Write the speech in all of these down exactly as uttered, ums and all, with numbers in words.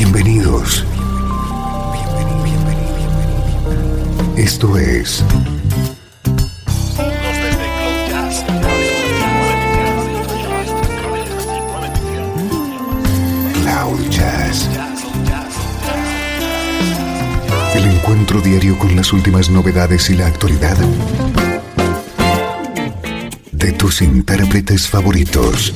Bienvenidos. Esto es Cloud Jazz. El encuentro diario con las últimas novedades y la actualidad de tus intérpretes favoritos.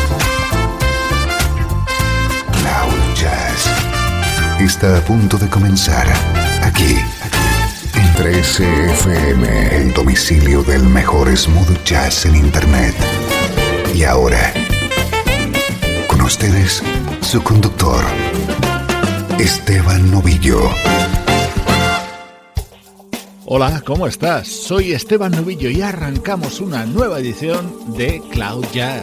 Cloud Jazz está a punto de comenzar aquí en trece F M, el domicilio del mejor smooth jazz en internet. Y ahora, con ustedes, su conductor, Esteban Novillo. Hola, ¿cómo estás? Soy Esteban Novillo y arrancamos una nueva edición de Cloud Jazz.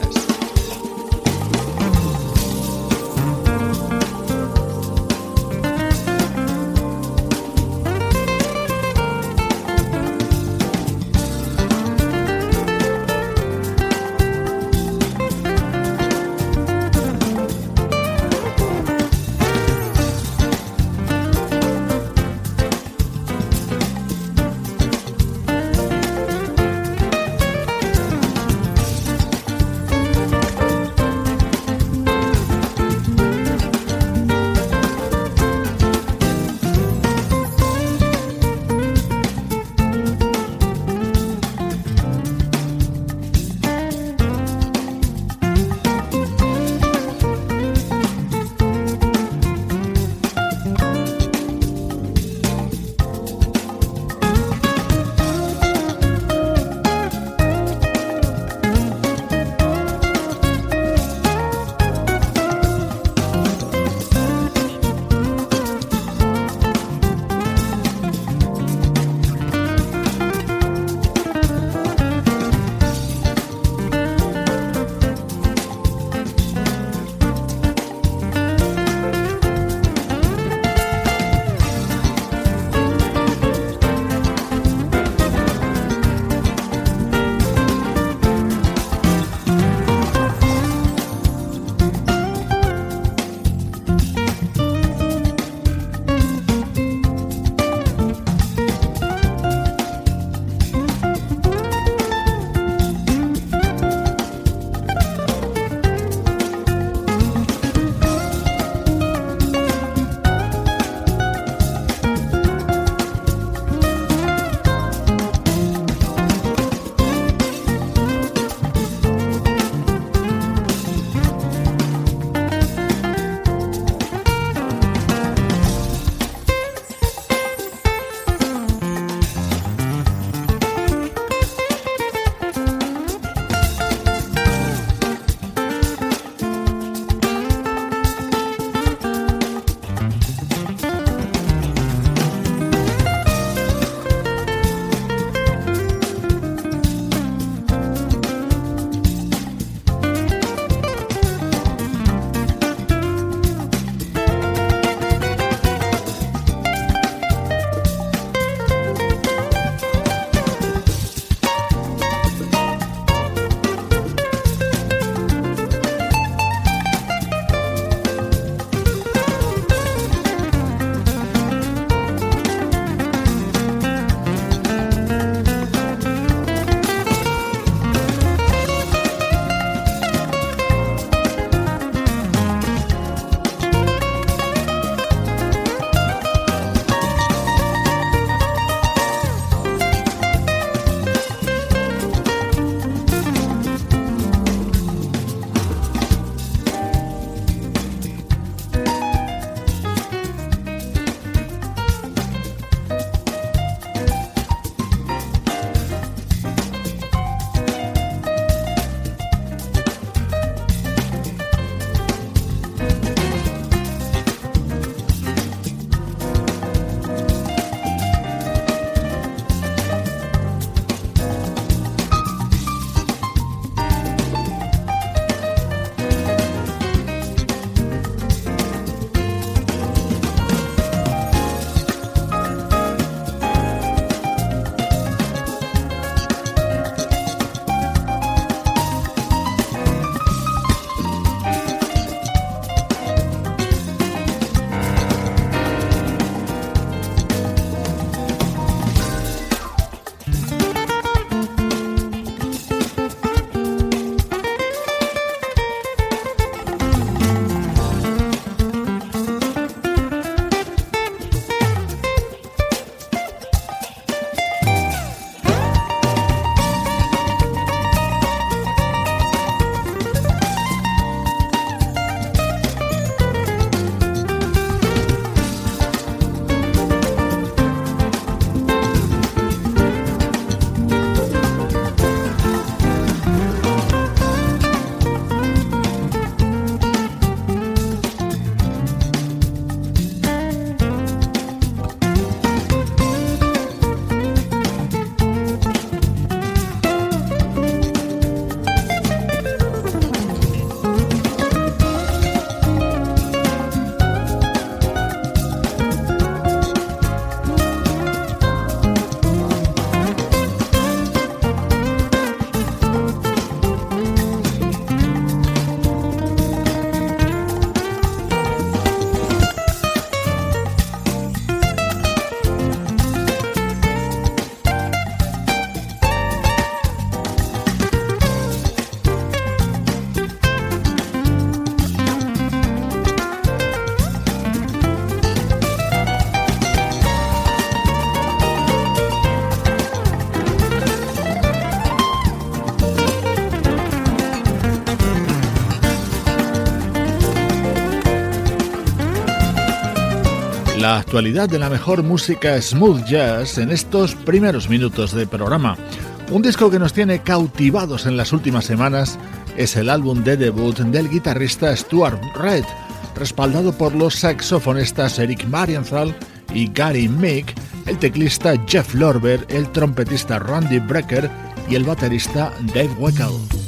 la actualidad de la mejor música smooth jazz en estos primeros minutos de programa. Un disco que nos tiene cautivados en las últimas semanas es el álbum de debut del guitarrista Stuart Reid, respaldado por los saxofonistas Eric Marienthal y Gary Meek, el teclista Jeff Lorber, el trompetista Randy Brecker y el baterista Dave Weckl.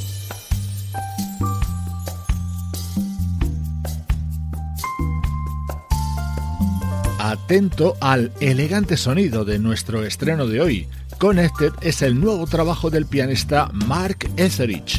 Atento al elegante sonido de nuestro estreno de hoy. Connected es el nuevo trabajo del pianista Mark Etheridge.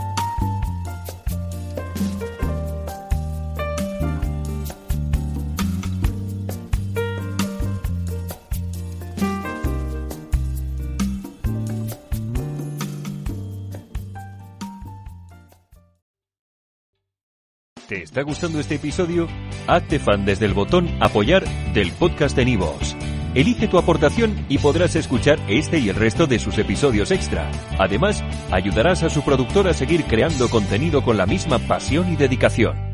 ¿Te está gustando este episodio? Hazte fan desde el botón Apoyar del podcast de Nivos. Elige tu aportación y podrás escuchar este y el resto de sus episodios extra. Además, ayudarás a su productor a seguir creando contenido con la misma pasión y dedicación.